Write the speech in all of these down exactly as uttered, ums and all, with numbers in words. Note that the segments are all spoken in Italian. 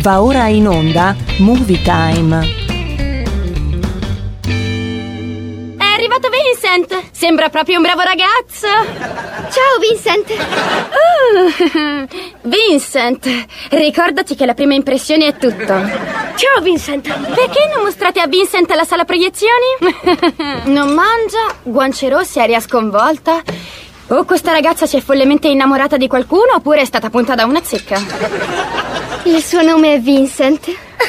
Va ora in onda Movie Time. È arrivato Vincent! Sembra proprio un bravo ragazzo! Ciao Vincent! Uh, Vincent, ricordati che la prima impressione è tutto. Ciao Vincent! Perché non mostrate a Vincent la sala proiezioni? Non mangia, guance rosse, aria sconvolta. O questa ragazza si è follemente innamorata di qualcuno oppure è stata punta da una zecca. Il suo nome è Vincent.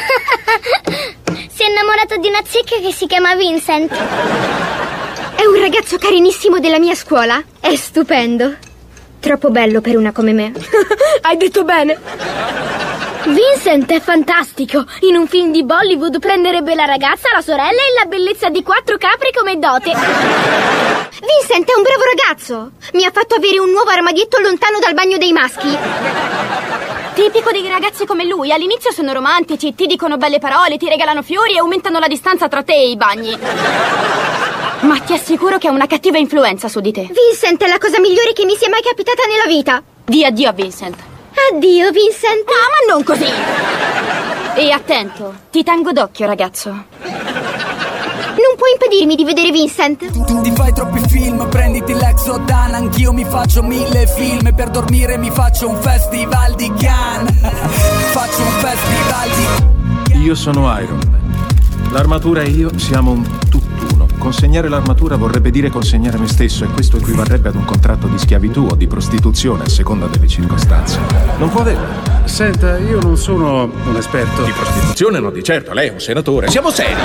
Si è innamorato di una zecca che si chiama Vincent. È un ragazzo carinissimo della mia scuola. È stupendo. Troppo bello per una come me. Hai detto bene. Vincent è fantastico. In un film di Bollywood prenderebbe la ragazza, la sorella e la bellezza di quattro capri come dote. Vincent è un bravo ragazzo. Mi ha fatto avere un nuovo armadietto lontano dal bagno dei maschi. Tipico dei ragazzi come lui. All'inizio sono romantici, ti dicono belle parole, ti regalano fiori e aumentano la distanza tra te e i bagni. Ma ti assicuro che ha una cattiva influenza su di te. Vincent è la cosa migliore che mi sia mai capitata nella vita. Di addio a Vincent. Addio, Vincent. Ah, ma non così. E attento, ti tengo d'occhio, ragazzo. Non puoi impedirmi di vedere Vincent. Tu ti fai troppi film, prenditi l'Exodan. Anch'io mi faccio mille film. Per dormire mi faccio un festival di Cannes. Faccio un festival di... Io sono Iron Man. L'armatura e io siamo un tutt'uno. Consegnare l'armatura vorrebbe dire consegnare me stesso, e questo equivarrebbe ad un contratto di schiavitù o di prostituzione a seconda delle circostanze. Non può averlo. Senta, io non sono un esperto. Di prostituzione no, di certo, lei è un senatore. Siamo seri.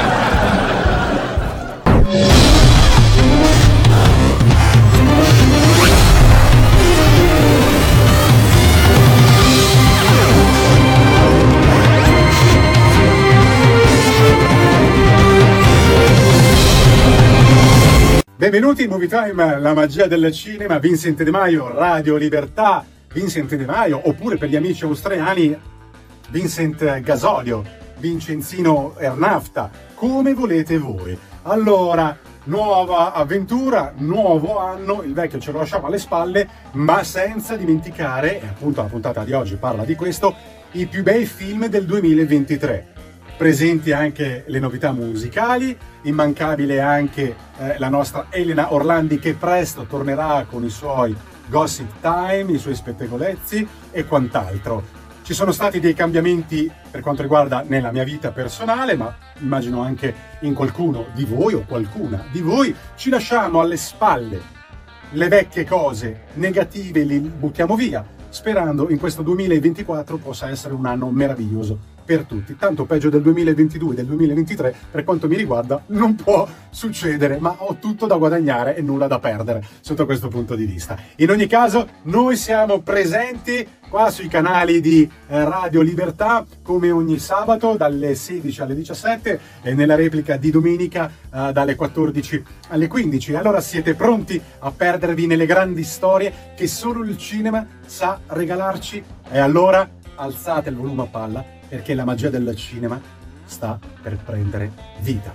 Benvenuti in Movie Time, la magia del cinema. Vincent De Maio, Radio Libertà. Vincent De Maio, oppure per gli amici australiani Vincent Gasolio, Vincenzino Ernafta, come volete voi. Allora, nuova avventura, nuovo anno, il vecchio ce lo lasciamo alle spalle, ma senza dimenticare, e appunto la puntata di oggi parla di questo, i più bei film del duemilaventitré. Presenti anche le novità musicali, immancabile anche eh, la nostra Elena Orlandi, che presto tornerà con i suoi Gossip Time, i suoi spettegolezzi e quant'altro. Ci sono stati dei cambiamenti per quanto riguarda nella mia vita personale, ma immagino anche in qualcuno di voi o qualcuna di voi. Ci lasciamo alle spalle le vecchie cose negative, le buttiamo via, sperando in questo duemilaventiquattro possa essere un anno meraviglioso per tutti. Tanto peggio del duemilaventidue e del duemilaventitré per quanto mi riguarda non può succedere, ma ho tutto da guadagnare e nulla da perdere sotto questo punto di vista. In ogni caso noi siamo presenti qua sui canali di eh, Radio Libertà come ogni sabato dalle sedici alle diciassette e nella replica di domenica eh, dalle quattordici alle quindici. Allora siete pronti a perdervi nelle grandi storie che solo il cinema sa regalarci? E allora alzate il volume a palla, perché la magia del cinema sta per prendere vita.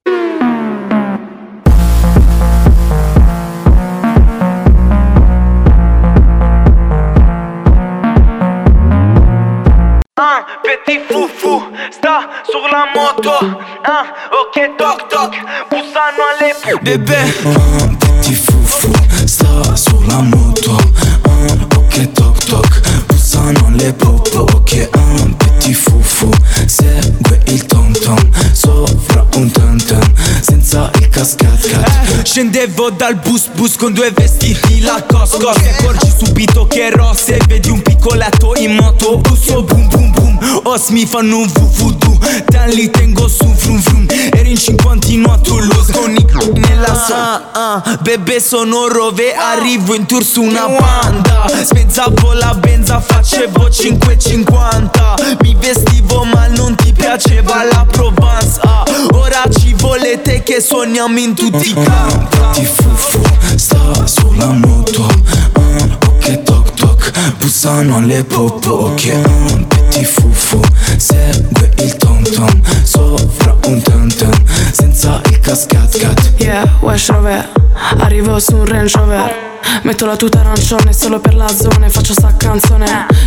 Un petit foufou sta sulla moto. Ah, ok toc toc, bussano alle Bebè, un petit foufou sta sulla moto. Ah, ok toc toc, bussano le popo. Ok, un petit foufou segue il tom tom sopra un tam tam senza il cascat cat. Eh, scendevo dal bus bus con due vestiti la cosco. Ti accorgi subito che rosse, vedi un piccoletto in moto. Busso boom boom boom, os mi fanno un vuvudu. Te li tengo su frum frum. Ero in cinquantino a Toulouse con i c***i nella so. Ah ah, bebè sono Rove, arrivo in tour su una banda. Spezzavo la benza, facevo cinque e cinquanta. Mi vestivo ma non ti piaceva la Provence. Ah, ora ci volete che suoniamo in tutti i campi. Ti fufu, sta sulla moto. Ah, ok toc toc, bussano alle popo. Ok, un petit fufu segue il tom tom sopra un tam tam senza il cascat cat. Yeah, Wesh Rover, arrivo su un Range Rover. Metto la tuta arancione solo per la zona e faccio sta canzone.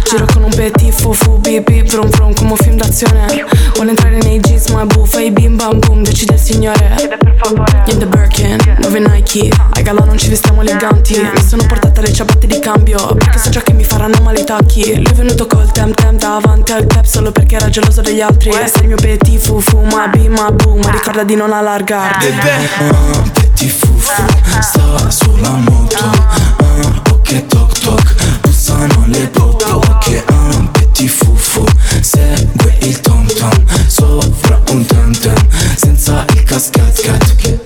Giro con un petit fufu, bip bip, vrum vrum, come un film d'azione. Vuole entrare nei jeans ma è buffa, i bim bam boom, decide il signore. Chiede per favore. In the Birkin, nuove Nike, ai galà non ci vestiamo eleganti. Mi sono portata le ciabatte di cambio, perché so già che mi faranno male i tacchi. Lui è venuto col tem tem davanti al tap solo perché era geloso degli altri. Sei il mio petit fufu, ma bim ma boom, ma ricorda di non allargarti. Un petit fufu, sta sulla moto. Un ok toc toc, bussano le popo. Che un petit fufu, segue il tom tom. Sopra un tam tam, senza il cascat cat.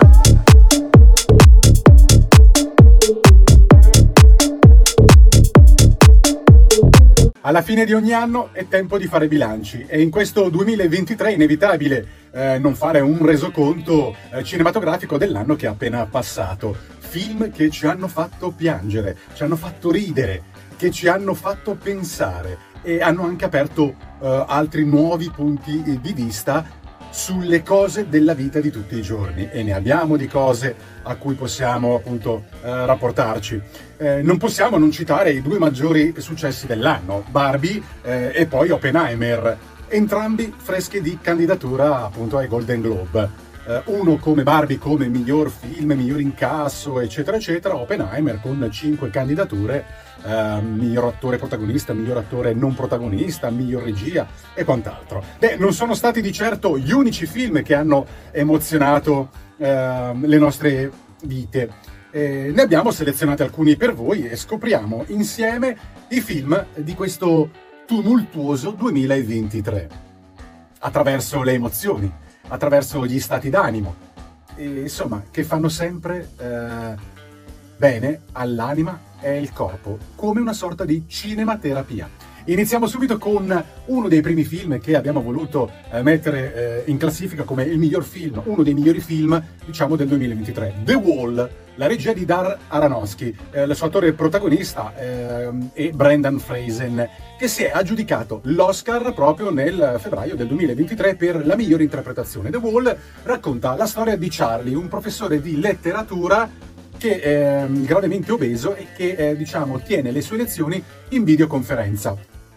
Alla fine di ogni anno è tempo di fare bilanci e in questo duemilaventitré è inevitabile eh, non fare un resoconto eh, cinematografico dell'anno che è appena passato. Film che ci hanno fatto piangere, ci hanno fatto ridere, che ci hanno fatto pensare e hanno anche aperto eh, altri nuovi punti di vista sulle cose della vita di tutti i giorni, e ne abbiamo di cose a cui possiamo appunto eh, rapportarci. Eh, non possiamo non citare i due maggiori successi dell'anno, Barbie eh, e poi Oppenheimer, entrambi freschi di candidatura appunto ai Golden Globe. Eh, uno come Barbie come miglior film, miglior incasso, eccetera eccetera, Oppenheimer con cinque candidature, Uh, miglior attore protagonista, miglior attore non protagonista, miglior regia e quant'altro. Beh, non sono stati di certo gli unici film che hanno emozionato uh, le nostre vite. Eh, ne abbiamo selezionati alcuni per voi e scopriamo insieme i film di questo tumultuoso duemilaventitré attraverso le emozioni, attraverso gli stati d'animo, e, insomma, che fanno sempre uh, bene all'anima e il corpo, come una sorta di cinematerapia. Iniziamo subito con uno dei primi film che abbiamo voluto eh, mettere eh, in classifica come il miglior film, uno dei migliori film, diciamo, del duemilaventitré. The Wall, la regia di Darren Aronofsky, eh, il suo attore protagonista eh, è Brendan Fraser, che si è aggiudicato l'Oscar proprio nel febbraio del duemilaventitré per la migliore interpretazione. The Wall racconta la storia di Charlie, un professore di letteratura che è gravemente obeso e che eh, diciamo tiene le sue lezioni in videoconferenza,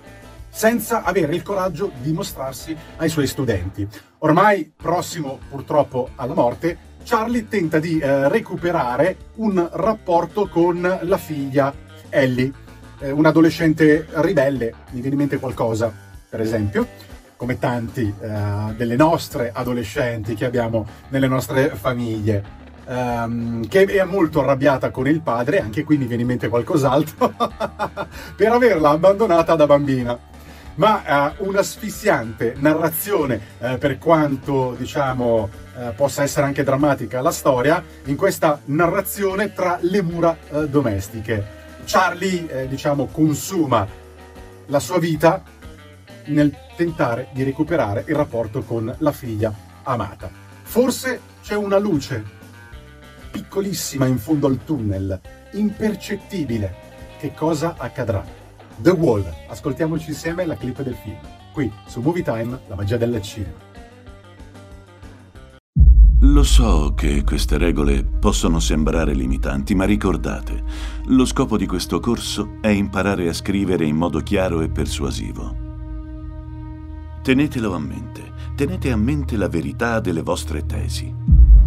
senza avere il coraggio di mostrarsi ai suoi studenti. Ormai prossimo purtroppo alla morte, Charlie tenta di eh, recuperare un rapporto con la figlia Ellie, eh, un adolescente ribelle. Mi viene in mente qualcosa, per esempio, come tanti eh, delle nostre adolescenti che abbiamo nelle nostre famiglie. Um, che è molto arrabbiata con il padre, anche qui mi viene in mente qualcos'altro, per averla abbandonata da bambina. Ma uh, un'asfissiante narrazione, uh, per quanto diciamo uh, possa essere anche drammatica la storia, in questa narrazione tra le mura uh, domestiche. Charlie eh, diciamo consuma la sua vita nel tentare di recuperare il rapporto con la figlia amata. Forse c'è una luce piccolissima in fondo al tunnel, impercettibile. Che cosa accadrà? The Wall, ascoltiamoci insieme la clip del film, qui su Movie Time, la magia del cinema. Lo so che queste regole possono sembrare limitanti, ma ricordate, lo scopo di questo corso è imparare a scrivere in modo chiaro e persuasivo. Tenetelo a mente, tenete a mente la verità delle vostre tesi.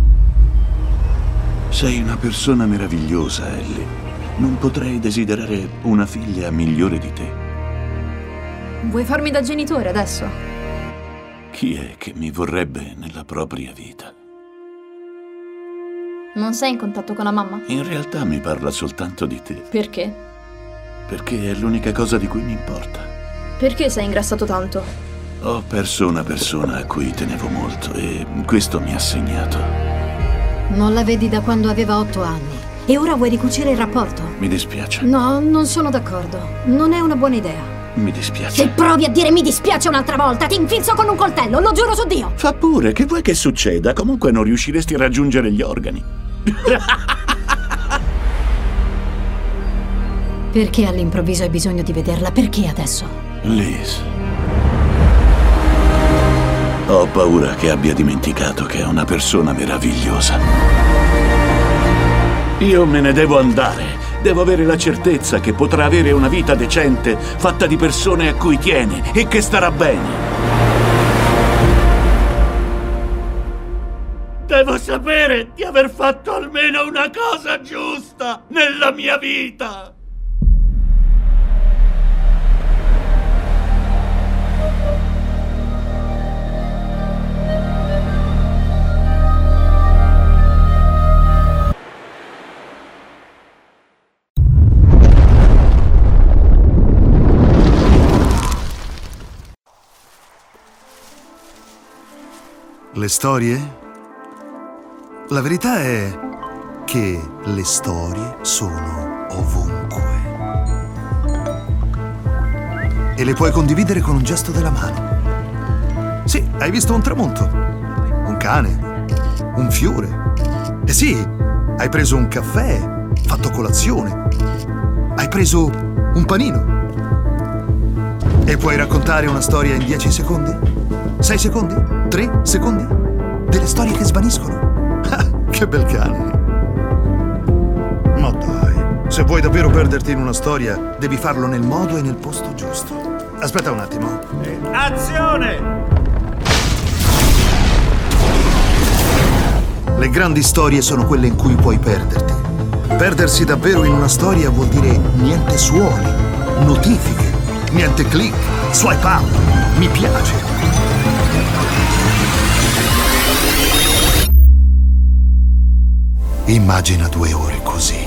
Sei una persona meravigliosa, Ellie. Non potrei desiderare una figlia migliore di te. Vuoi farmi da genitore adesso? Chi è che mi vorrebbe nella propria vita? Non sei in contatto con la mamma? In realtà mi parla soltanto di te. Perché? Perché è l'unica cosa di cui mi importa. Perché sei ingrassato tanto? Ho perso una persona a cui tenevo molto e questo mi ha segnato. Non la vedi da quando aveva otto anni e ora vuoi ricucire il rapporto? Mi dispiace. No, non sono d'accordo. Non è una buona idea. Mi dispiace. Se provi a dire mi dispiace un'altra volta, ti infilzo con un coltello, lo giuro su Dio! Fa pure, che vuoi che succeda? Comunque non riusciresti a raggiungere gli organi. Perché all'improvviso hai bisogno di vederla? Perché adesso? Liz. Ho paura che abbia dimenticato che è una persona meravigliosa. Io me ne devo andare. Devo avere la certezza che potrà avere una vita decente, fatta di persone a cui tiene e che starà bene. Devo sapere di aver fatto almeno una cosa giusta nella mia vita. Le storie? La verità è che le storie sono ovunque. E le puoi condividere con un gesto della mano. Sì, hai visto un tramonto, un cane, un fiore. E sì, hai preso un caffè, fatto colazione. Hai preso un panino. E puoi raccontare una storia in dieci secondi? Sei secondi? Tre secondi? Delle storie che svaniscono. Che bel cane! Ma dai, se vuoi davvero perderti in una storia, devi farlo nel modo e nel posto giusto. Aspetta un attimo. Azione! Le grandi storie sono quelle in cui puoi perderti. Perdersi davvero in una storia vuol dire niente suoni, notifiche, niente click, swipe up, mi piace. Immagina due ore così.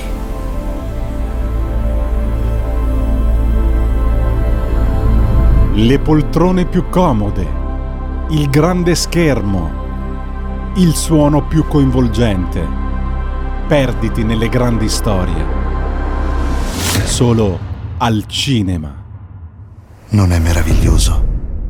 Le poltrone più comode, il grande schermo, il suono più coinvolgente. Perditi nelle grandi storie. Solo al cinema. Non è meraviglioso?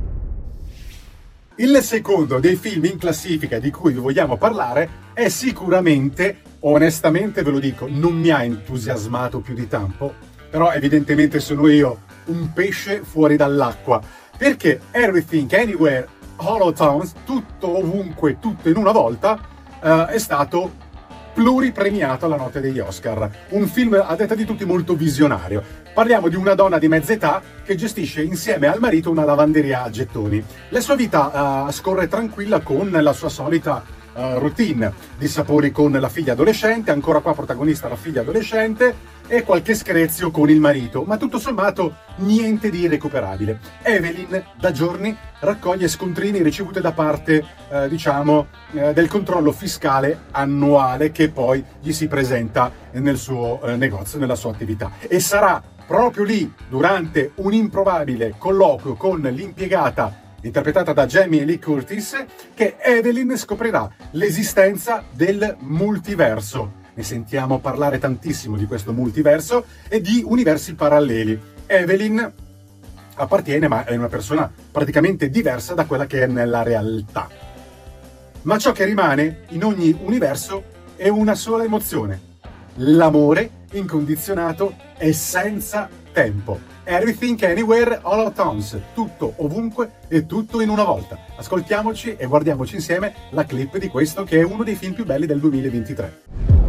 Il secondo dei film in classifica di cui vi vogliamo parlare è sicuramente, onestamente ve lo dico, non mi ha entusiasmato più di tanto, però evidentemente sono io un pesce fuori dall'acqua, perché Everything Anywhere All at Once, tutto ovunque, tutto in una volta, uh, è stato pluripremiato alla notte degli Oscar. Un film, a detta di tutti, molto visionario. Parliamo di una donna di mezza età che gestisce insieme al marito una lavanderia a gettoni. La sua vita uh, scorre tranquilla con la sua solita uh, routine di sapori con la figlia adolescente, ancora qua protagonista la figlia adolescente, e qualche screzio con il marito, ma tutto sommato niente di irrecuperabile. Evelyn da giorni raccoglie scontrini ricevute da parte, eh, diciamo, eh, del controllo fiscale annuale che poi gli si presenta nel suo eh, negozio, nella sua attività. E sarà proprio lì, durante un improbabile colloquio con l'impiegata interpretata da Jamie Lee Curtis, che Evelyn scoprirà l'esistenza del multiverso. Ne sentiamo parlare tantissimo di questo multiverso e di universi paralleli. Evelyn appartiene, ma è una persona praticamente diversa da quella che è nella realtà. Ma ciò che rimane in ogni universo è una sola emozione: l'amore incondizionato e senza tempo. Everything Anywhere All at Once, tutto ovunque e tutto in una volta. Ascoltiamoci e guardiamoci insieme la clip di questo che è uno dei film più belli del duemilaventitré.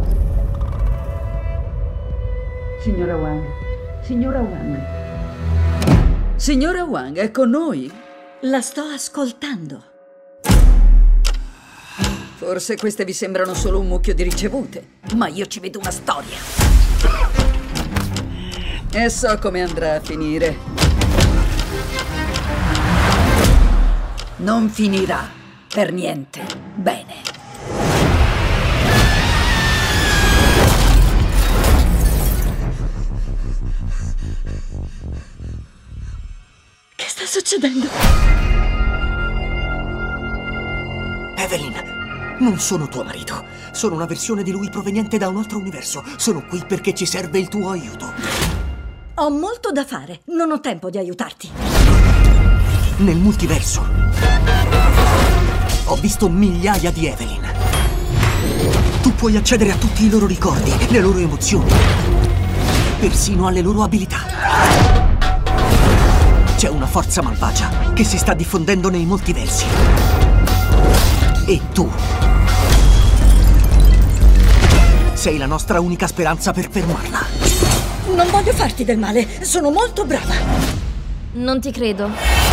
Signora Wang, signora Wang. Signora Wang, è con noi? La sto ascoltando. Forse queste vi sembrano solo un mucchio di ricevute, ma io ci vedo una storia. E so come andrà a finire. Non finirà per niente bene. Che sta succedendo? Evelyn, non sono tuo marito. Sono una versione di lui proveniente da un altro universo. Sono qui perché ci serve il tuo aiuto. Ho molto da fare. Non ho tempo di aiutarti. Nel multiverso ho visto migliaia di Evelyn. Tu puoi accedere a tutti i loro ricordi, le loro emozioni, persino alle loro abilità. C'è una forza malvagia che si sta diffondendo nei multiversi. E tu sei la nostra unica speranza per fermarla. Non voglio farti del male, sono molto brava. Non ti credo.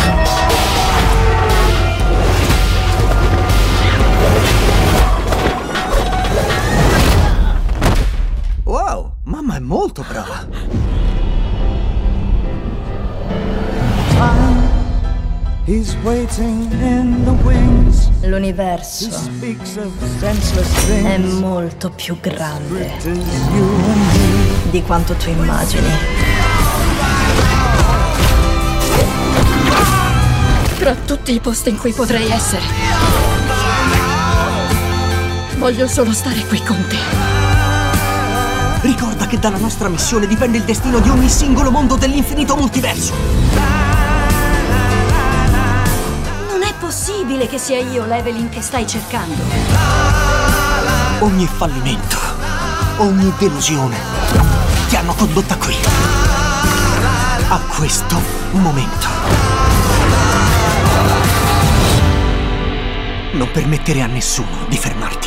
Wow, mamma è molto brava. He's waiting in the wings. L'universo è molto più grande di quanto tu immagini. Tra tutti i posti in cui potrei essere, voglio solo stare qui con te. Ricorda che dalla nostra missione dipende il destino di ogni singolo mondo dell'infinito multiverso. Non è possibile che sia io l'Evelyn che stai cercando. Ogni fallimento, ogni delusione ti hanno condotta qui, a questo momento. Non permettere a nessuno di fermarti.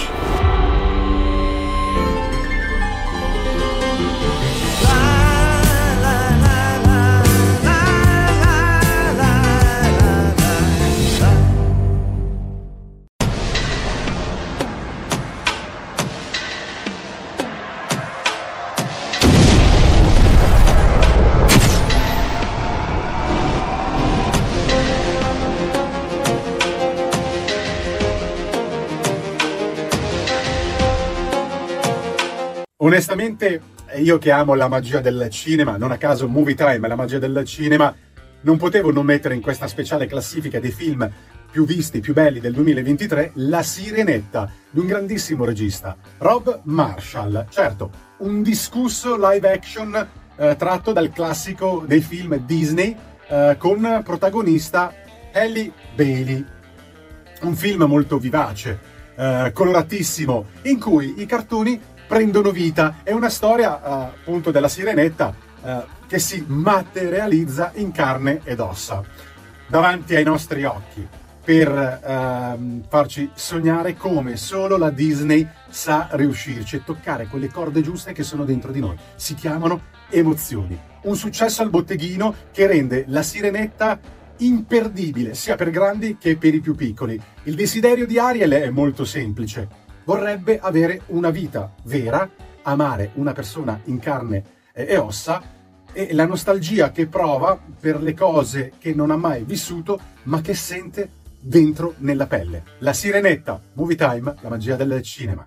Onestamente, io che amo la magia del cinema, non a caso Movie Time, la magia del cinema, non potevo non mettere in questa speciale classifica dei film più visti, più belli del duemilaventitré, La Sirenetta, di un grandissimo regista, Rob Marshall. Certo, un discusso live action eh, tratto dal classico dei film Disney, eh, con protagonista Halle Bailey. Un film molto vivace, eh, coloratissimo, in cui i cartoni prendono vita. È una storia uh, appunto della Sirenetta uh, che si materializza in carne ed ossa davanti ai nostri occhi per uh, farci sognare come solo la Disney sa riuscirci e toccare quelle corde giuste che sono dentro di noi. Si chiamano emozioni. Un successo al botteghino che rende la Sirenetta imperdibile sia per grandi che per i più piccoli. Il desiderio di Ariel è molto semplice. Vorrebbe avere una vita vera, amare una persona in carne e ossa, e la nostalgia che prova per le cose che non ha mai vissuto, ma che sente dentro nella pelle. La Sirenetta, Movie Time, la magia del cinema.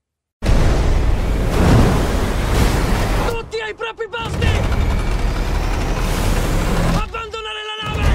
Tutti ai propri posti! Abbandonare la nave!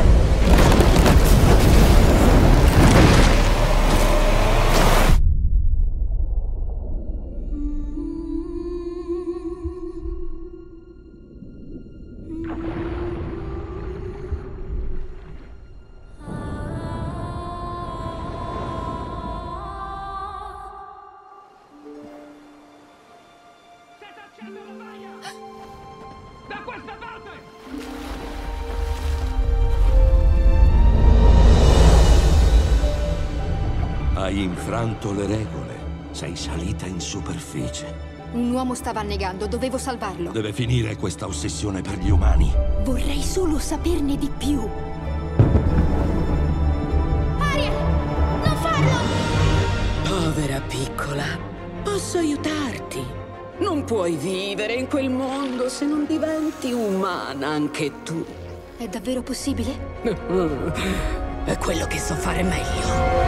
Hai infranto le regole. Sei salita in superficie. Un uomo stava annegando, dovevo salvarlo. Deve finire questa ossessione per gli umani. Vorrei solo saperne di più. Ariel, non farlo! Povera piccola, posso aiutarti. Non puoi vivere in quel mondo se non diventi umana anche tu. È davvero possibile? È quello che so fare meglio.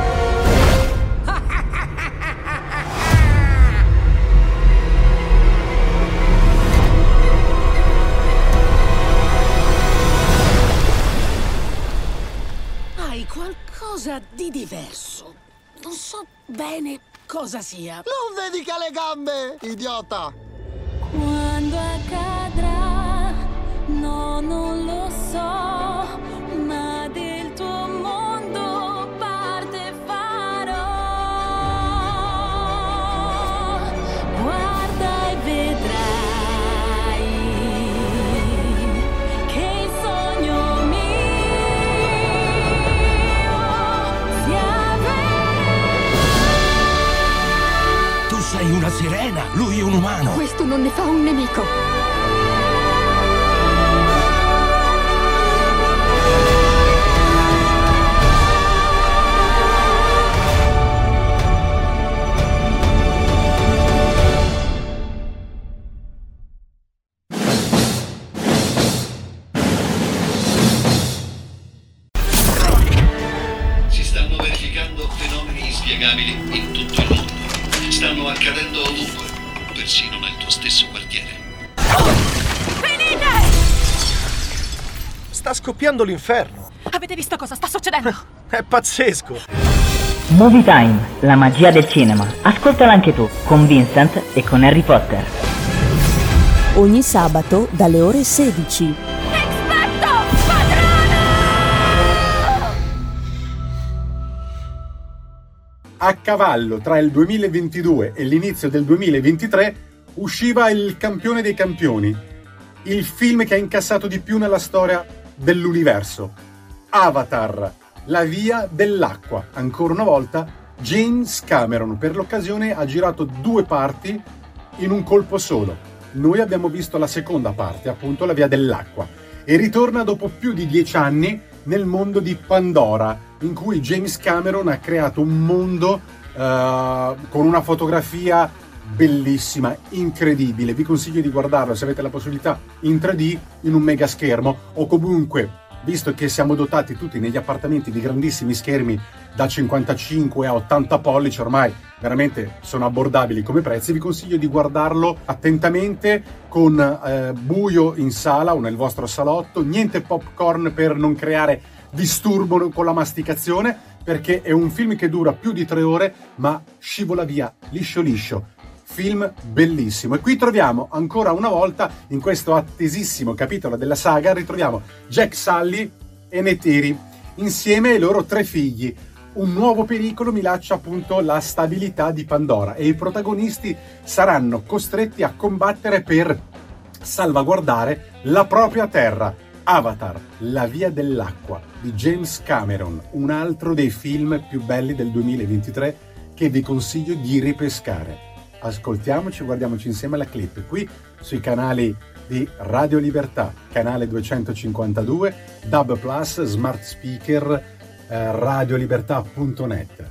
Hai qualcosa di diverso. Non so bene cosa sia. Non vedi che ha le gambe, idiota! Quando accadrà? No, non lo so, ma del tuo mondo parte farò. Guarda e vedrai che il sogno mio si avvererà. Tu sei una sirena, lui un umano. Questo non ne fa un nemico. inspiegabili in tutto il mondo. Stanno accadendo ovunque, persino nel tuo stesso quartiere. Venite! Sta scoppiando l'inferno. Avete visto cosa sta succedendo? È pazzesco. Movie Time, la magia del cinema. Ascoltala anche tu, con Vincent e con Harry Potter. Ogni sabato dalle ore sedici. A cavallo tra il duemilaventidue e l'inizio del duemilaventitré usciva Il campione dei campioni, il film che ha incassato di più nella storia dell'universo. Avatar, la via dell'acqua. Ancora una volta James Cameron per l'occasione ha girato due parti in un colpo solo. Noi abbiamo visto la seconda parte, appunto la via dell'acqua, e ritorna dopo più di dieci anni nel mondo di Pandora, in cui James Cameron ha creato un mondo uh, con una fotografia bellissima, incredibile. Vi consiglio di guardarlo se avete la possibilità in tre D, in un mega schermo, o comunque, visto che siamo dotati tutti negli appartamenti di grandissimi schermi da cinquantacinque a ottanta pollici, ormai veramente sono abbordabili come prezzi, vi consiglio di guardarlo attentamente, con eh, buio in sala o nel vostro salotto, niente popcorn per non creare disturbo con la masticazione, perché è un film che dura più di tre ore ma scivola via liscio liscio. Film bellissimo. E qui troviamo ancora una volta, in questo attesissimo capitolo della saga, ritroviamo Jack Sully e Neytiri insieme ai loro tre figli. Un nuovo pericolo minaccia appunto la stabilità di Pandora e i protagonisti saranno costretti a combattere per salvaguardare la propria terra. Avatar, la via dell'acqua di James Cameron, un altro dei film più belli del duemilaventitré che vi consiglio di ripescare. Ascoltiamoci, guardiamoci insieme la clip qui sui canali di Radio Libertà, canale duecentocinquantadue, Dub Plus, Smart Speaker, eh, radiolibertà punto net.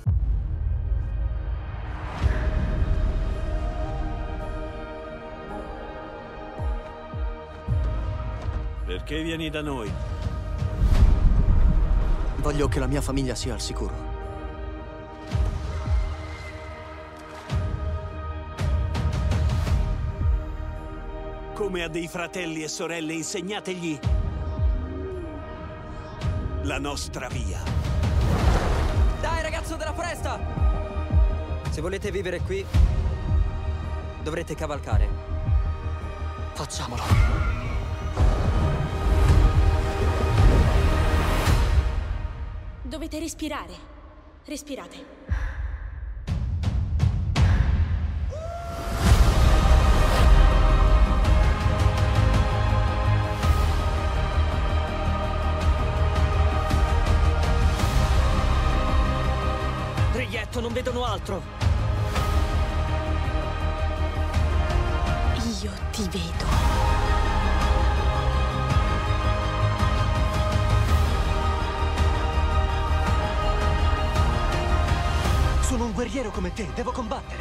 Perché vieni da noi? Voglio che la mia famiglia sia al sicuro. Come a dei fratelli e sorelle, insegnategli la nostra via. Dai, ragazzo della foresta! Se volete vivere qui, dovrete cavalcare. Facciamolo. Dovete respirare. Respirate. Non vedono altro. Io ti vedo. Sono un guerriero come te, devo combattere.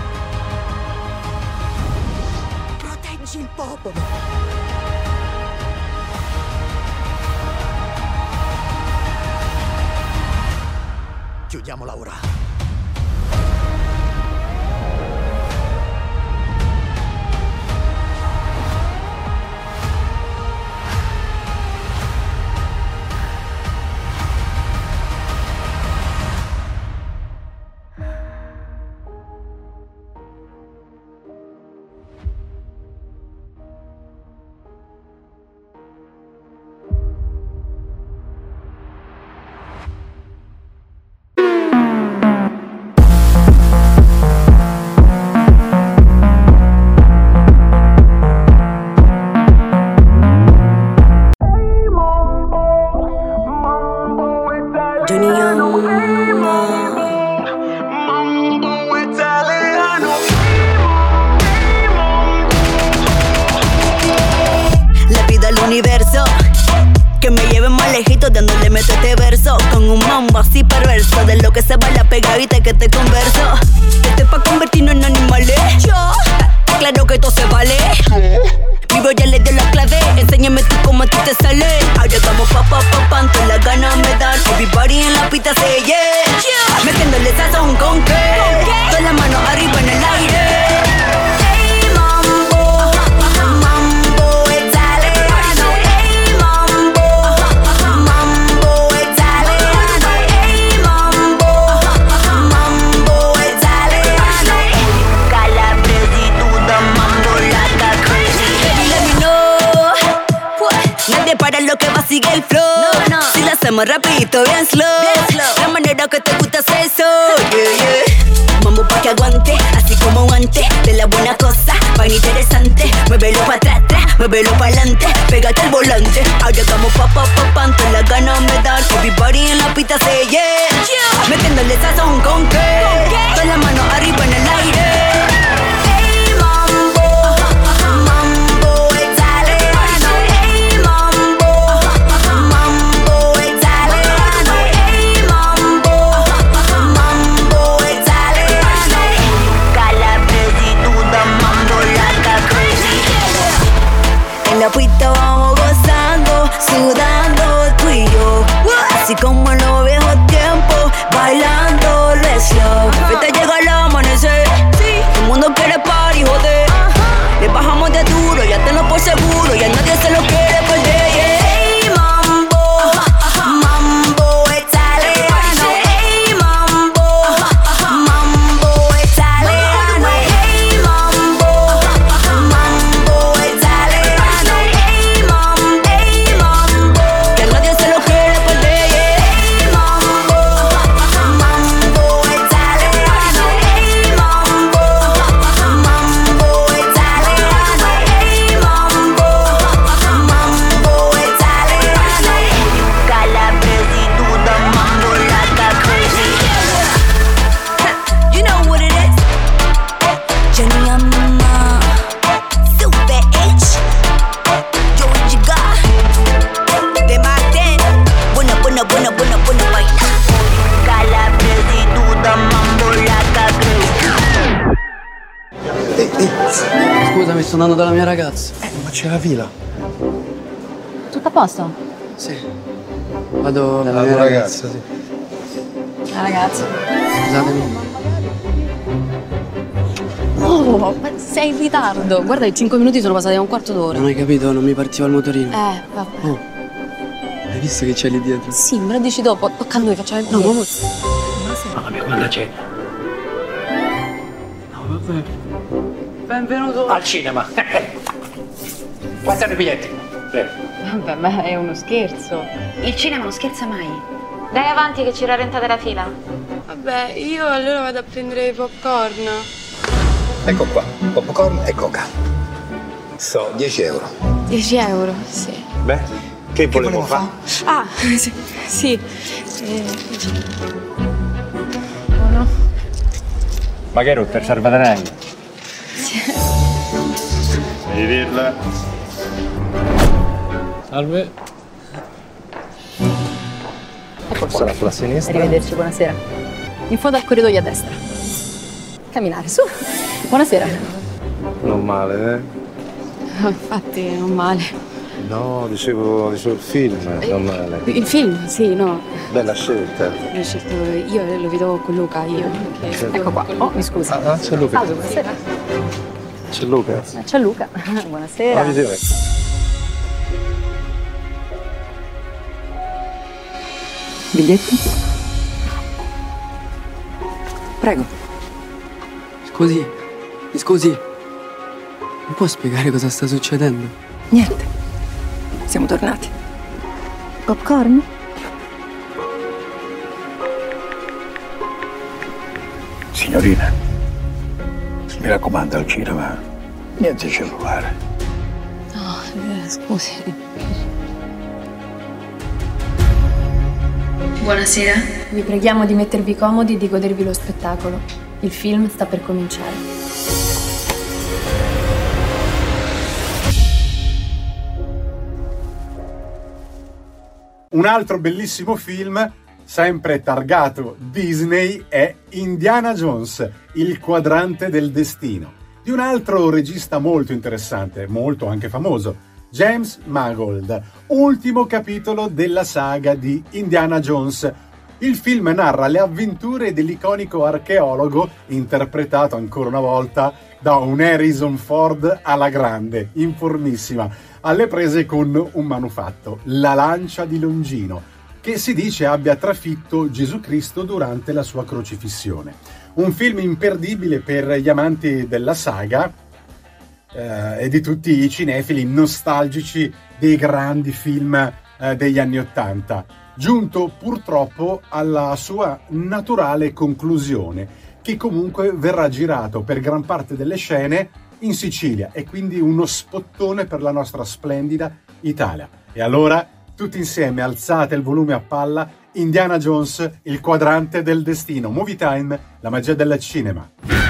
Proteggi il popolo. Chiudiamola ora. Pegadita que te converso, que te pa' convertirnos en animales. Yo, claro que todo se vale. Vivo ya le doy la clave, enséñame tú cómo a ti te sale. Ahora estamos pa' pa' pa' pa' todas las ganas me dan. Everybody en la pista se yeah, yeah. Metiéndole sazón con hacemos rapidito, bien slow, bien slow. La manera que te gusta hacer eso, yeah, yeah. Mambo pa' que aguante, así como guante. De la buena cosa, vaina interesante. Muévelo pa' atrás, atrás, muévelo pa' adelante. Pégate el volante, ahora como pa' pa' pa' panto. Las ganas me dan, everybody en la pista se yeah, yeah. Metiéndole sazón con qué, con las manos arriba en el aire. En la pista vamos gozando, sudando tú y yo, así como en los viejos tiempos, bailando re slow. Fiesta llega al amanecer, todo el mundo quiere party, joder. Le bajamos de duro, ya tenlo por seguro, ya nadie se lo quiere perder. Hey, mambo, mambo italiano. Hey, mambo, mambo italiano. Hey, mambo, mambo italiano. Hey, mambo, hey, mambo, que nadie se lo quiere perder. Hey, mambo, mambo italiano. Hey, mambo, mambo italiano. Hey, mambo, mambo italiano. Calabrese do the mambo like a crazy. You know what it is. Jenny and Mama, Super H, George God, de Martin. Buena, buena, buena, buena, buena vaina. Calabrese do the mambo like a crazy. Scusami, sto andando dalla mia ragazza. Eh, ma c'è la fila. Tutto a posto? Sì. Vado dalla La mia tua ragazza. ragazza, sì. La ragazza. Scusatemi. Oh, ma sei in ritardo. Guarda, i cinque minuti sono passati a un quarto d'ora. Non hai capito, non mi partiva il motorino. Eh, vabbè. Oh. Hai visto che c'è lì dietro? Sì, me lo dici dopo. Tocca a noi, facciamo il No, video. ma... Buonasera. mia, quella c'è. No, vabbè. Benvenuto. Al cinema. Quanti sono i biglietti? Prego. Vabbè, ma è uno scherzo. Il cinema non scherza mai. Dai avanti che ci rallentate la fila. Vabbè, io allora vado a prendere i popcorn. Ecco qua, popcorn e coca. So, dieci euro. dieci euro, sì. Beh, che volevo fare? Ah, sì. sì. Eh, No. Ma che ero per salvadanaio? sì. Devi dirla. Salve. Ecco qua. Sarà sulla sinistra. Arrivederci, buonasera. In fondo al corridoio a destra. Camminare, su. Buonasera. Non male, eh? Oh, infatti, non male. No, dicevo, dicevo il film, non male. Il film, sì, no. Bella scelta. L'ho scelto io, lo vedo con Luca, io. Perché... Ecco qua. Oh, mi scusi. Ah, c'è Luca. Salve, buonasera. C'è Luca. Eh, C'è Luca. Buonasera. Ah, visione. Biglietti? Prego. Scusi, mi scusi. Mi può spiegare cosa sta succedendo? Niente. Siamo tornati. Popcorn? Signorina, mi raccomando al cinema, niente cellulare. No, eh, scusi. Buonasera. Vi preghiamo di mettervi comodi e di godervi lo spettacolo. Il film sta per cominciare. Un altro bellissimo film, sempre targato Disney, è Indiana Jones, il quadrante del destino, di un altro regista molto interessante, molto anche famoso, James Mangold, ultimo capitolo della saga di Indiana Jones. Il film narra le avventure dell'iconico archeologo, interpretato ancora una volta da un Harrison Ford alla grande, in formissima, alle prese con un manufatto, la lancia di Longino, che si dice abbia trafitto Gesù Cristo durante la sua crocifissione. Un film imperdibile per gli amanti della saga eh, e di tutti i cinefili nostalgici dei grandi film eh, degli anni Ottanta, giunto purtroppo alla sua naturale conclusione, che comunque verrà girato per gran parte delle scene in Sicilia, e quindi uno spottone per la nostra splendida Italia. E allora, tutti insieme, alzate il volume a palla, Indiana Jones, il quadrante del destino, Movie Time, la magia del cinema.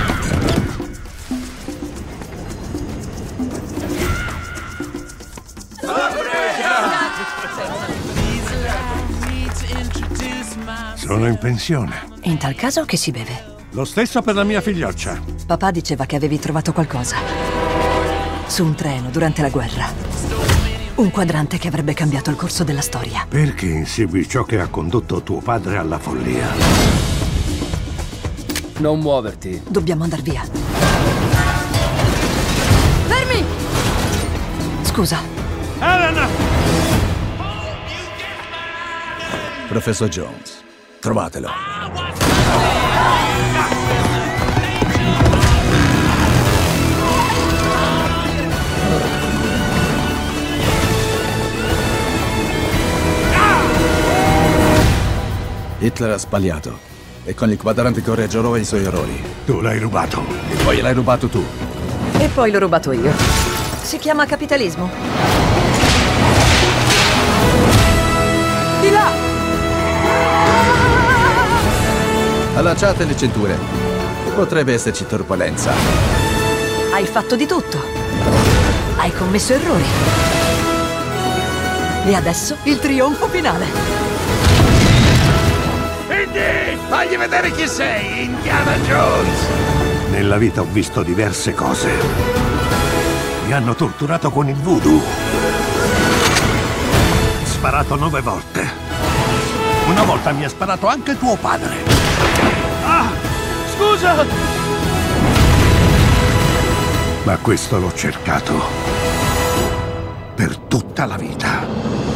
Sono in pensione. In tal caso che si beve? Lo stesso per la mia figlioccia. Papà diceva che avevi trovato qualcosa. Su un treno durante la guerra. Un quadrante che avrebbe cambiato il corso della storia. Perché insegui ciò che ha condotto tuo padre alla follia? Non muoverti. Dobbiamo andar via. Fermi! Scusa. Elena! Professor Jones, trovatelo. Hitler ha sbagliato e con il quadrante correggerò i suoi errori. Tu l'hai rubato. E poi l'hai rubato tu. E poi l'ho rubato io. Si chiama capitalismo. Di là! Allacciate le cinture. Potrebbe esserci turbolenza. Hai fatto di tutto. Hai commesso errori. E adesso il trionfo finale. Indy, fagli vedere chi sei, Indiana Jones! Nella vita ho visto diverse cose. Mi hanno torturato con il voodoo. Sparato nove volte. Una volta mi ha sparato anche tuo padre. Ah! Scusa! Ma questo l'ho cercato per tutta la vita.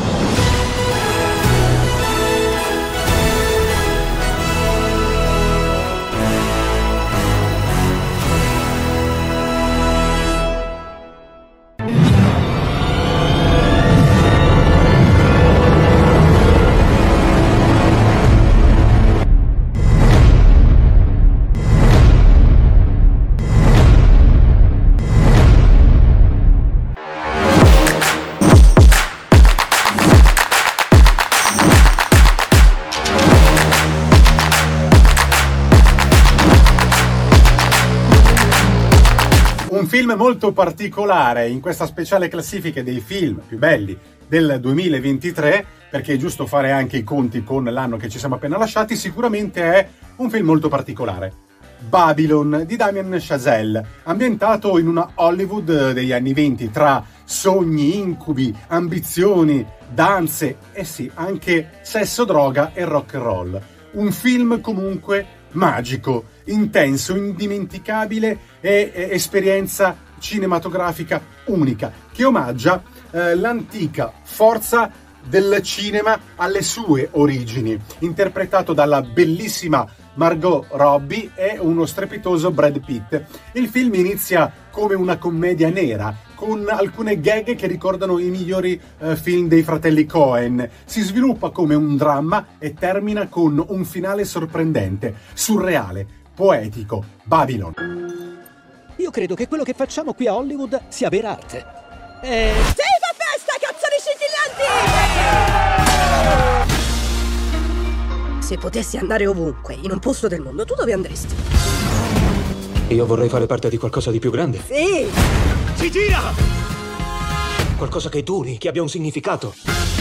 Un film molto particolare in questa speciale classifica dei film più belli del duemilaventitré, perché è giusto fare anche i conti con l'anno che ci siamo appena lasciati. Sicuramente è un film molto particolare. Babylon di Damien Chazelle, ambientato in una Hollywood degli anni venti, tra sogni, incubi, ambizioni, danze e sì, anche sesso, droga e rock and roll. Un film comunque magico, intenso, indimenticabile e, e esperienza cinematografica unica, che omaggia eh, l'antica forza del cinema alle sue origini, interpretato dalla bellissima Margot Robbie e uno strepitoso Brad Pitt. Il film inizia come una commedia nera, con alcune gag che ricordano i migliori eh, film dei fratelli Coen. Si sviluppa come un dramma e termina con un finale sorprendente, surreale, poetico. Babylon. Io credo che quello che facciamo qui a Hollywood sia vera arte. E... Sì, fa festa, cazzoni scintillanti! Se potessi andare ovunque, in un posto del mondo, tu dove andresti? Io vorrei fare parte di qualcosa di più grande. Sì! Si gira! Qualcosa che duri, che abbia un significato.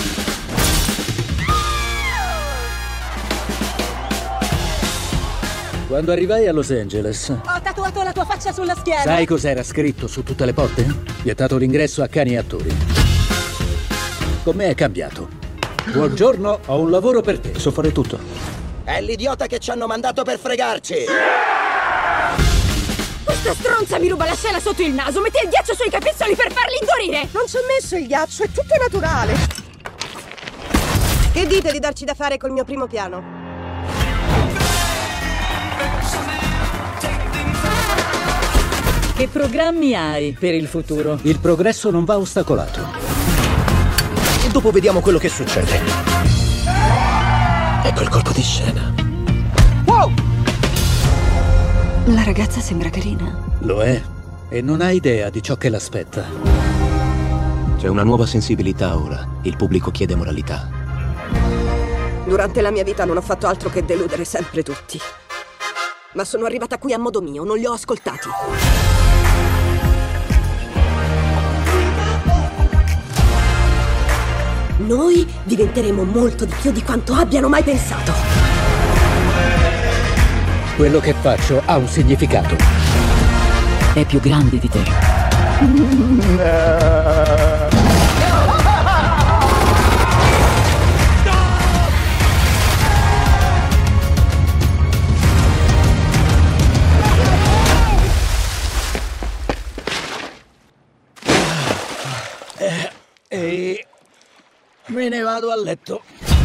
Quando arrivai a Los Angeles, Ho tatuato la tua faccia sulla schiena! sai cos'era scritto su tutte le porte? Vietato l'ingresso a cani e attori. Con me è cambiato. Buongiorno, ho un lavoro per te. So fare tutto. È l'idiota che ci hanno mandato per fregarci! Questa stronza mi ruba la scena sotto il naso, mette il ghiaccio sui capezzoli per farli indurire! Non ci ho messo il ghiaccio, è tutto naturale. Che dite di darci da fare col mio primo piano? Che programmi hai per il futuro? Il progresso non va ostacolato. dopo vediamo quello che succede. Ecco il colpo di scena. Wow! La ragazza sembra carina. Lo è, e non ha idea di ciò che l'aspetta. C'è una nuova sensibilità ora. Il pubblico chiede moralità. Durante la mia vita non ho fatto altro che deludere sempre tutti. Ma sono arrivata qui a modo mio, non li ho ascoltati. Noi diventeremo molto di più di quanto abbiano mai pensato. Quello che faccio ha un significato. È più grande di te. E me ne vado a letto.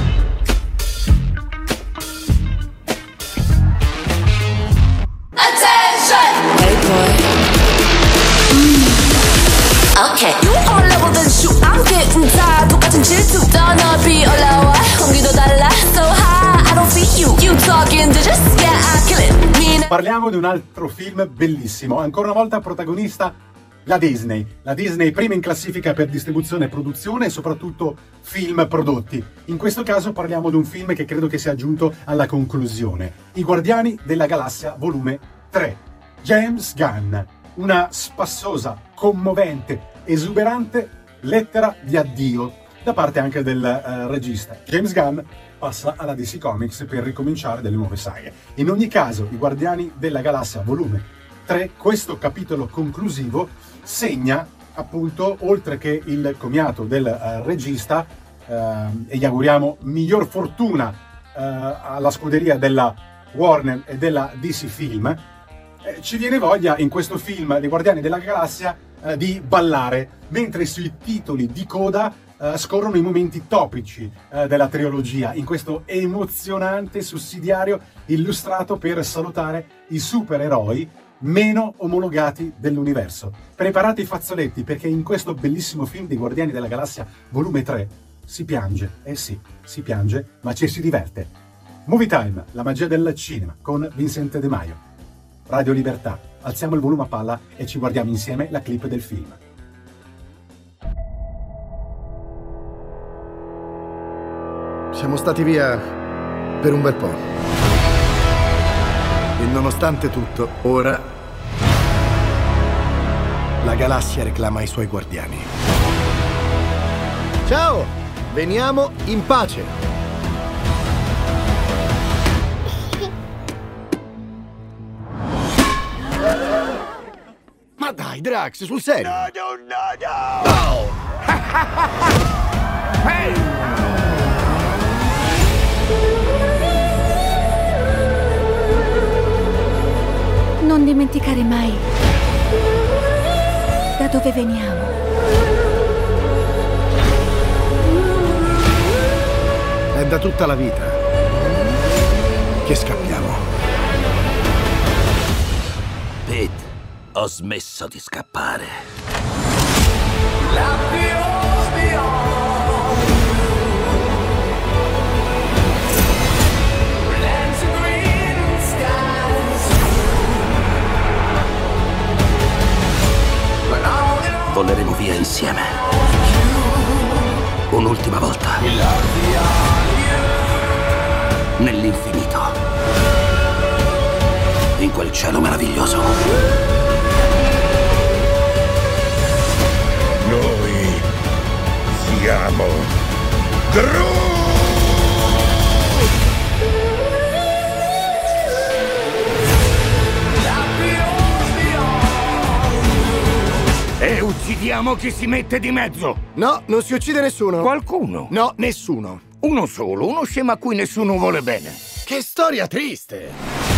Hey boy. Mm. Okay. You on level then shoot. I'm getting tired. 똑같은 질투. 더 높이 올라와. 공기도 달라. So high. I don't see you. You talking to just yeah I kill it. Parliamo di un altro film bellissimo. Ancora una volta protagonista la Disney. La Disney prima in classifica per distribuzione e produzione e soprattutto film prodotti. In questo caso parliamo di un film che credo che sia giunto alla conclusione. I Guardiani della Galassia volume tre. James Gunn. Una spassosa, commovente, esuberante lettera di addio da parte anche del uh, regista. James Gunn passa alla D C Comics per ricominciare delle nuove saghe. In ogni caso, I Guardiani della Galassia volume tre, questo capitolo conclusivo segna appunto, oltre che il commiato del uh, regista, uh, e gli auguriamo miglior fortuna uh, alla scuderia della Warner e della D C Film, eh, ci viene voglia in questo film dei Guardiani della Galassia uh, di ballare, mentre sui titoli di coda uh, scorrono i momenti topici uh, della trilogia, in questo emozionante sussidiario illustrato per salutare i supereroi meno omologati dell'universo. Preparate i fazzoletti perché in questo bellissimo film dei Guardiani della Galassia volume tre si piange, eh sì, si piange, ma ci si diverte. Movie Time, la magia del cinema con Vincent De Maio. Radio Libertà, alziamo il volume a palla e ci guardiamo insieme la clip del film. Siamo stati via per un bel po'. E nonostante tutto, ora la galassia reclama i suoi guardiani. Ciao! Veniamo in pace! Ma dai, Drax, sul serio! No, no, no, no! Oh. Hey! Non dimenticare mai da dove veniamo. È da tutta la vita che scappiamo. Pete, ho smesso di scappare. Voleremo via insieme. Un'ultima volta. Nell'infinito. In quel cielo meraviglioso. Noi siamo Groot! E uccidiamo chi si mette di mezzo. No, non si uccide nessuno. Qualcuno? No, nessuno. Uno solo, uno scemo a cui nessuno vuole bene. Che storia triste.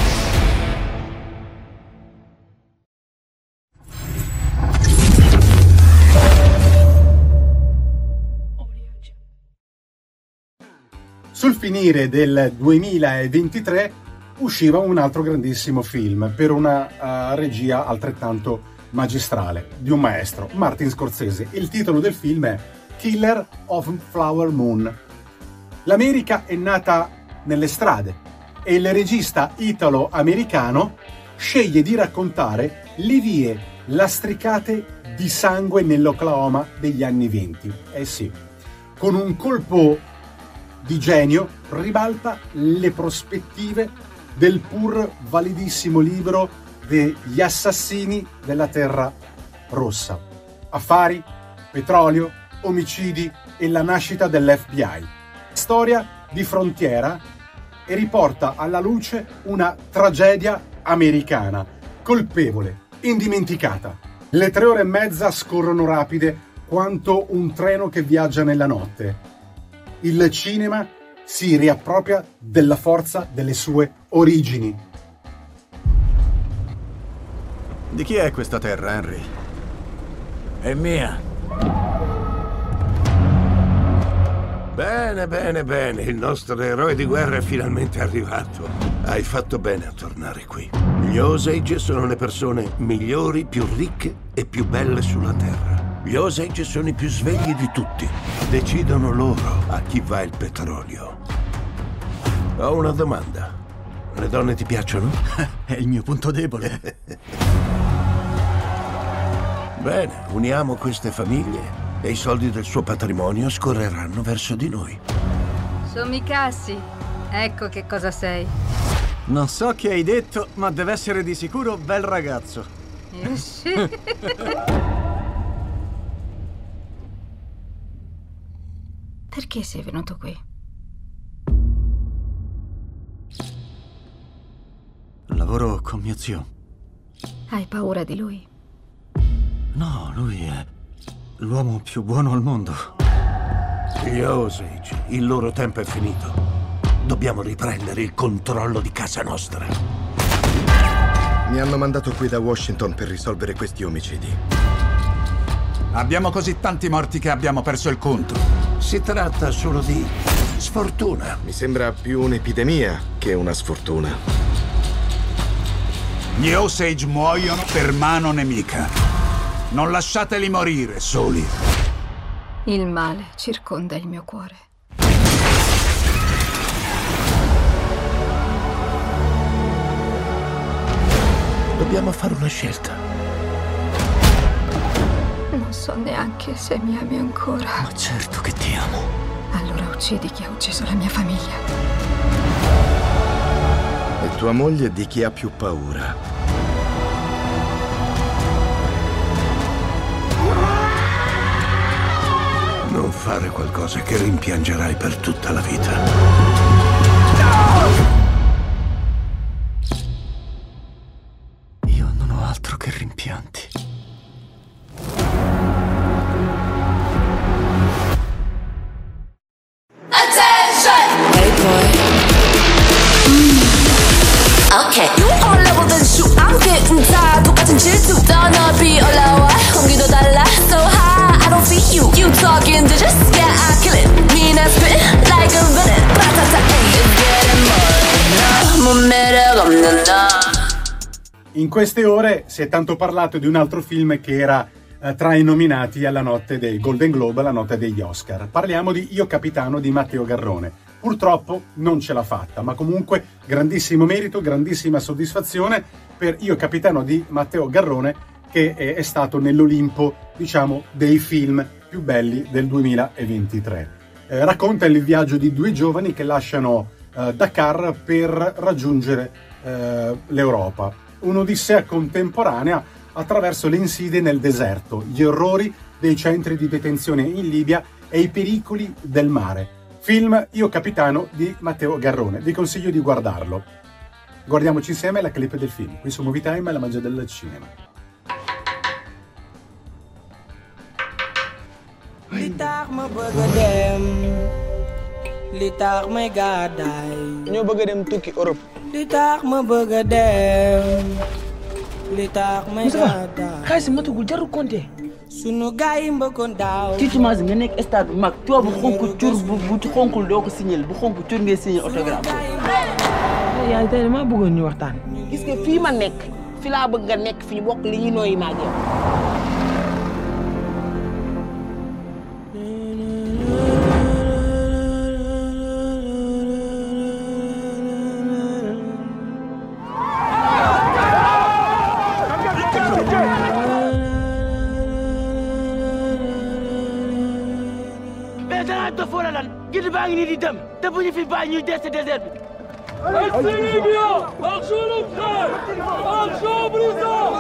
Sul finire del duemilaventitré usciva un altro grandissimo film per una uh, regia altrettanto magistrale di un maestro, Martin Scorsese. Il titolo del film è Killer of Flower Moon. L'America è nata nelle strade e il regista italo-americano sceglie di raccontare le vie lastricate di sangue nell'Oklahoma degli anni venti. Eh sì, con un colpo di genio ribalta le prospettive del pur validissimo libro degli assassini della Terra Rossa. Affari, petrolio, omicidi e la nascita dell'F B I. Storia di frontiera e riporta alla luce una tragedia americana, colpevole, indimenticata. Le tre ore e mezza scorrono rapide quanto un treno che viaggia nella notte. Il cinema si riappropria della forza delle sue origini. Di chi è questa terra, Henry? È mia. Bene, bene, bene. Il nostro eroe di guerra è finalmente arrivato. Hai fatto bene a tornare qui. Gli Osage sono le persone migliori, più ricche e più belle sulla terra. Gli Osage sono i più svegli di tutti. Decidono loro a chi va il petrolio. Ho una domanda. Le donne ti piacciono? È il mio punto debole. Bene, uniamo queste famiglie e i soldi del suo patrimonio scorreranno verso di noi. Somicassi, ecco che cosa sei. Non so che hai detto, ma deve essere di sicuro bel ragazzo. Eh sì. Perché sei venuto qui? Lavoro con mio zio. Hai paura di lui? No, lui è l'uomo più buono al mondo. Gli Osage, il loro tempo è finito. Dobbiamo riprendere il controllo di casa nostra. Mi hanno mandato qui da Washington per risolvere questi omicidi. Abbiamo così tanti morti che abbiamo perso il conto. Si tratta solo di sfortuna. Mi sembra più un'epidemia che una sfortuna. Gli Osage muoiono per mano nemica. Non lasciateli morire soli. Il male circonda il mio cuore. Dobbiamo fare una scelta. Non so neanche se mi ami ancora. Ma certo che ti amo. Allora uccidi chi ha ucciso la mia famiglia. E tua moglie di chi ha più paura? Non fare qualcosa che rimpiangerai per tutta la vita. Io non ho altro che rimpianti. Hey boy. Mm. Okay. You on level then shoot. I'm getting tired. 똑같은 질투. 더 높이 올라와. 공기도 달라. So high. I don't see you. You talking digits. Yeah, I kill it. Mean and spit like a villain. Ba-ta-ta. It's getting more. 못 매력 없는 너. In queste ore si è tanto parlato di un altro film che era eh, tra i nominati alla notte dei Golden Globe, alla notte degli Oscar. Parliamo di Io Capitano di Matteo Garrone. Purtroppo non ce l'ha fatta, ma comunque grandissimo merito, grandissima soddisfazione per Io Capitano di Matteo Garrone, che è, è stato nell'Olimpo, diciamo, dei film più belli del duemilaventitré. Eh, racconta il viaggio di due giovani che lasciano eh, Dakar per raggiungere eh, l'Europa. Un'odissea contemporanea attraverso le insidie nel deserto, gli orrori dei centri di detenzione in Libia e i pericoli del mare. Film Io Capitano di Matteo Garrone. Vi consiglio di guardarlo. Guardiamoci insieme la clip del film. Qui su Movie Time, la magia del cinema. Li tax ma bëgg a dem li tax may gàddaay ñoo bëgg a dem tukki Europe li tax ma bëgg a dem li tax may gàddaay xaalis matugul jarul compter sunu gaay yi mbëkkoon daaw ci image nga nekk stade bu mag tubaab bu xonk cur bu bu xonkul doo ko signé bu xonk cur ngay signé autographe yaay tey dama bëggoon ñu waxtaan gis nga fii ma nekk fi laa bëgg nga nekk fi ñu bokk li ñuy nooyi maag yow nii di dem te bu ñu fi bàyyi ñuy des ci désert bi. Alsinidia! Action frère! Action brisant!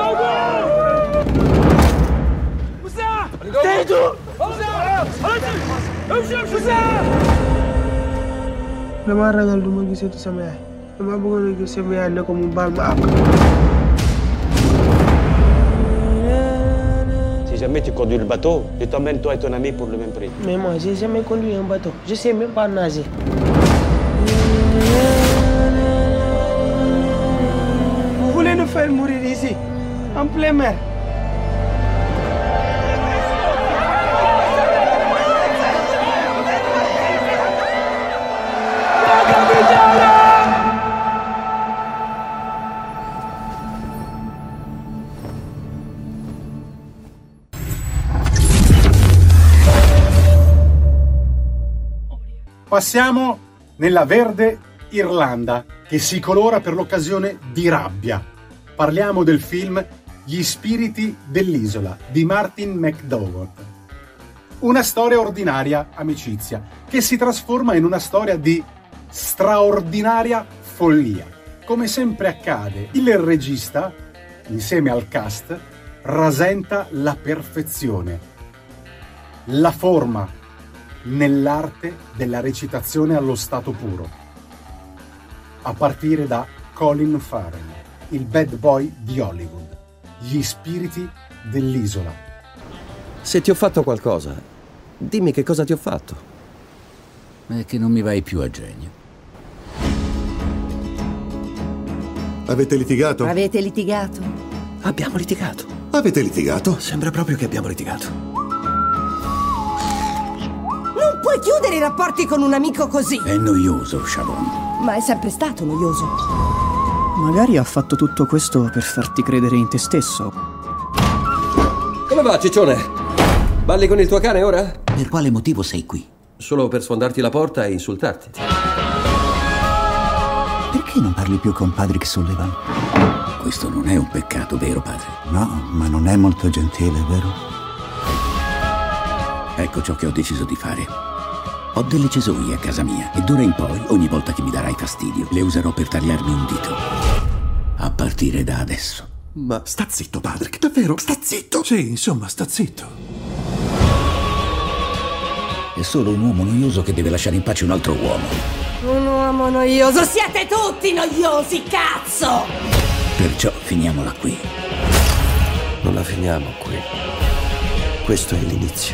Moussa! Seydou! Moussa! Dama ragal du ma gisati sama yaay. Dama bëggoon a gis sama yaay ne ko mu baal ma àq. Si jamais tu conduis le bateau, je t'emmène toi et ton ami pour le même prix. Mais moi, j'ai jamais conduit un bateau. Je sais même pas nager. Vous voulez nous faire mourir ici, en pleine mer? Passiamo nella verde Irlanda, che si colora per l'occasione di rabbia. Parliamo del film Gli spiriti dell'isola di Martin McDonagh. Una storia ordinaria amicizia che si trasforma in una storia di straordinaria follia. Come sempre accade, il regista, insieme al cast, rasenta la perfezione, la forma nell'arte della recitazione allo stato puro, a partire da Colin Farrell, il bad boy di Hollywood. Gli spiriti dell'isola. Se ti ho fatto qualcosa, dimmi che cosa ti ho fatto. È che non mi vai più a genio. Avete litigato? Avete litigato? Abbiamo litigato. Avete litigato? Sembra proprio che abbiamo litigato. Non puoi chiudere i rapporti con un amico così! È noioso, Sharon. Ma è sempre stato noioso. Magari ha fatto tutto questo per farti credere in te stesso. Come va, ciccione? Balli con il tuo cane ora? Per quale motivo sei qui? Solo per sfondarti la porta e insultarti. Perché non parli più con Patrick Sullivan? Questo non è un peccato, vero padre? No, ma non è molto gentile, vero? Ecco ciò che ho deciso di fare. Ho delle cesoie a casa mia e d'ora in poi, ogni volta che mi darai fastidio, le userò per tagliarmi un dito. A partire da adesso. Ma sta zitto, Patrick, davvero? Sta zitto! Sì, insomma, sta zitto. È solo un uomo noioso che deve lasciare in pace un altro uomo. Un uomo noioso? Siete tutti noiosi, cazzo! Perciò finiamola qui. Non la finiamo qui. Questo è l'inizio.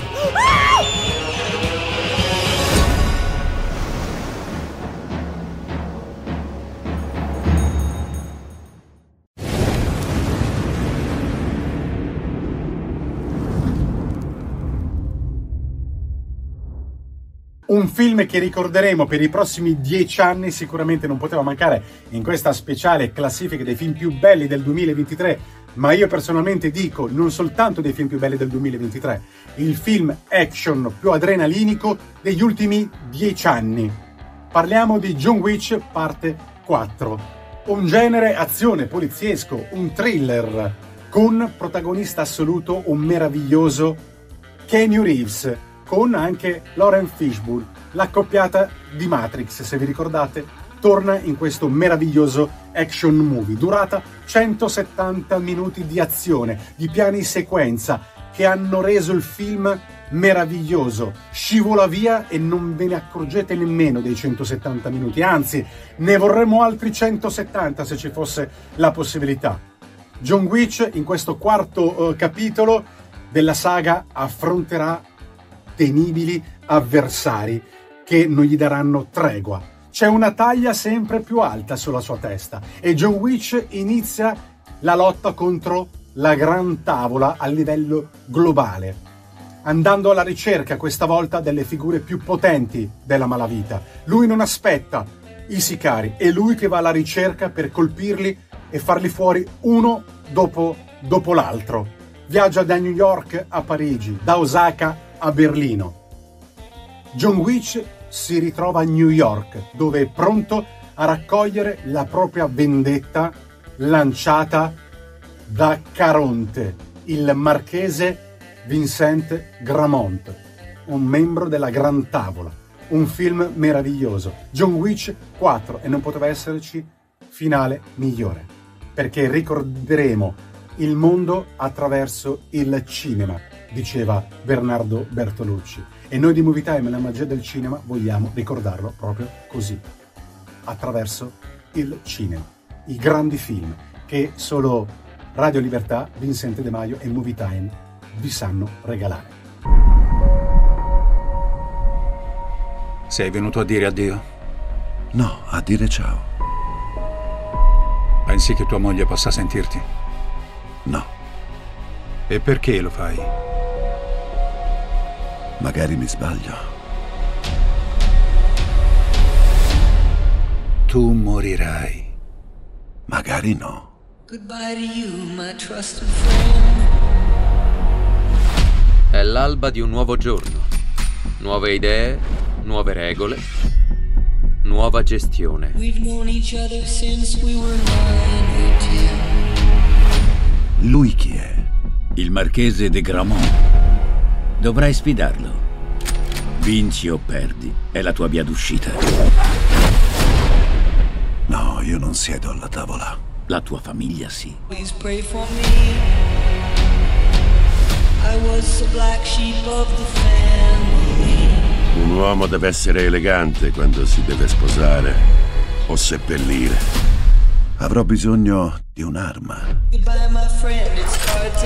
Un film che ricorderemo per i prossimi dieci anni, sicuramente non poteva mancare in questa speciale classifica dei film più belli del duemilaventitré, ma io personalmente dico non soltanto dei film più belli del duemilaventitré, il film action più adrenalinico degli ultimi dieci anni. Parliamo di John Wick parte quattro, un genere azione poliziesco, un thriller con protagonista assoluto un meraviglioso Keanu Reeves, con anche Lauren Fishburne, l'accoppiata di Matrix, se vi ricordate, torna in questo meraviglioso action movie, durata centosettanta minuti di azione, di piani sequenza, che hanno reso il film meraviglioso. Scivola via e non ve ne accorgete nemmeno dei centosettanta minuti, anzi, ne vorremmo altri centosettanta se ci fosse la possibilità. John Wick, in questo quarto uh, capitolo della saga, affronterà temibili avversari che non gli daranno tregua. C'è una taglia sempre più alta sulla sua testa e John Wick inizia la lotta contro la gran tavola a livello globale, andando alla ricerca questa volta delle figure più potenti della malavita. Lui non aspetta i sicari, è lui che va alla ricerca per colpirli e farli fuori uno dopo, dopo l'altro. Viaggia da New York a Parigi, da Osaka a Berlino. John Wick si ritrova a New York, dove è pronto a raccogliere la propria vendetta lanciata da Caronte, il marchese Vincent Gramont, un membro della Gran Tavola. un film meraviglioso. John Wick quattro, e non poteva esserci finale migliore, perché ricorderemo il mondo attraverso il cinema, diceva Bernardo Bertolucci, e noi di Movie Time, la magia del cinema, vogliamo ricordarlo proprio così, attraverso il cinema, i grandi film che solo Radio Libertà, Vincent De Maio e Movie Time vi sanno regalare. Sei venuto a dire addio? No, a dire ciao. Pensi che tua moglie possa sentirti? No. E perché lo fai? Magari mi sbaglio. Tu morirai. Magari no. Goodbye to you, my trusted friend. È l'alba di un nuovo giorno. Nuove idee, nuove regole, nuova gestione. We've known each other since we were nine or ten. Lui chi è? Il marchese de Gramont. Dovrai sfidarlo. Vinci o perdi, è la tua via d'uscita. No, io non siedo alla tavola. La tua famiglia sì. Please pray for me. I was the black sheep of the family. Un uomo deve essere elegante quando si deve sposare o seppellire. Avrò bisogno di un'arma. Goodbye, my friend, it's hard to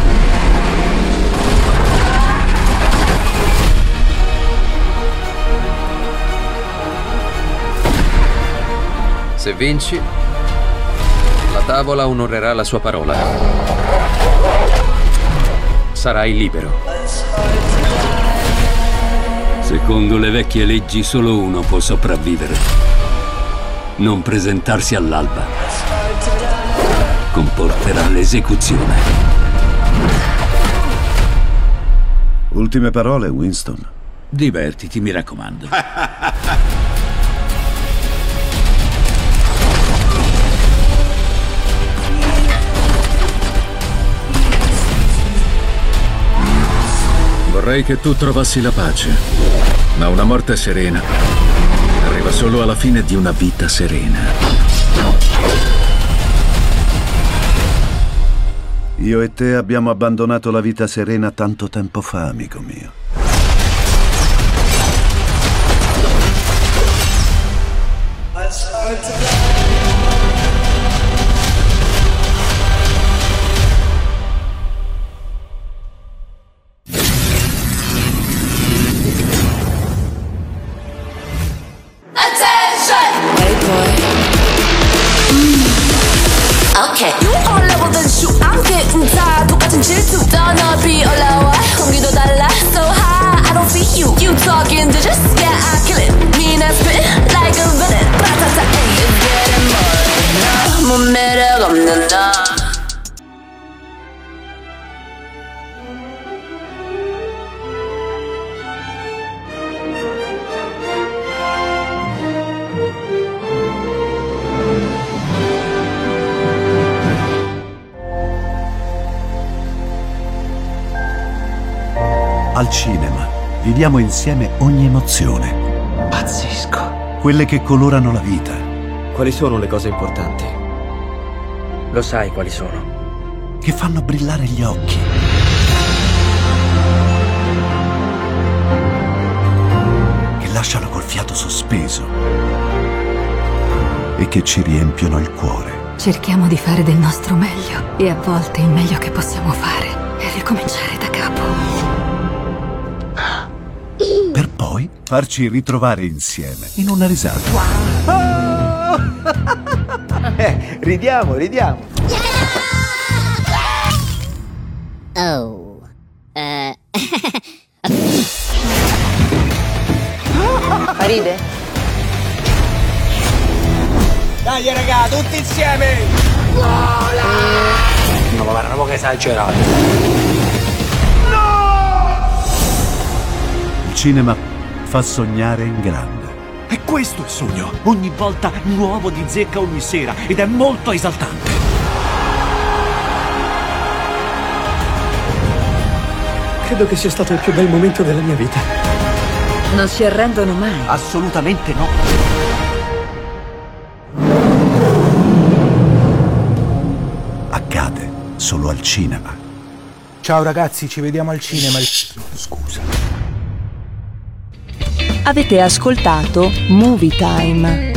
Se vinci, la tavola onorerà la sua parola. Sarai libero. Secondo le vecchie leggi solo uno può sopravvivere. Non presentarsi all'alba comporterà l'esecuzione. Ultime parole, Winston. Divertiti, mi raccomando. Vorrei che tu trovassi la pace, ma una morte serena arriva solo alla fine di una vita serena. Io e te abbiamo abbandonato la vita serena tanto tempo fa, amico mio. Okay. You on level then shoot. I'm getting tired. 똑같은 질투. 더 높이 올라와. 공기도 달라. So high. I don't see you. You talking digits. Yeah, I kill it. Mean I spit like a villain. Ba-ta-ta, ay. It's getting more. 너무 매력 없는다. Al cinema viviamo insieme ogni emozione. Pazzesco. Quelle che colorano la vita. Quali sono le cose importanti? Lo sai quali sono. Che fanno brillare gli occhi. Che lasciano col fiato sospeso. E che ci riempiono il cuore. Cerchiamo di fare del nostro meglio, e a volte il meglio che possiamo fare è ricominciare da capo. Per poi farci ritrovare insieme in una risata. Oh! eh, ridiamo, ridiamo. Oh. Eh. Ride? Dai raga, tutti insieme! Vola! No, ma guarda, un po' che esagerato. Il cinema fa sognare in grande. E questo è il sogno. Ogni volta nuovo di zecca ogni sera. Ed è molto esaltante. Credo che sia stato il più bel momento della mia vita. Non si arrendono mai. Assolutamente no. Accade solo al cinema. Ciao ragazzi, ci vediamo al cinema. Scusa. Avete ascoltato Movie Time.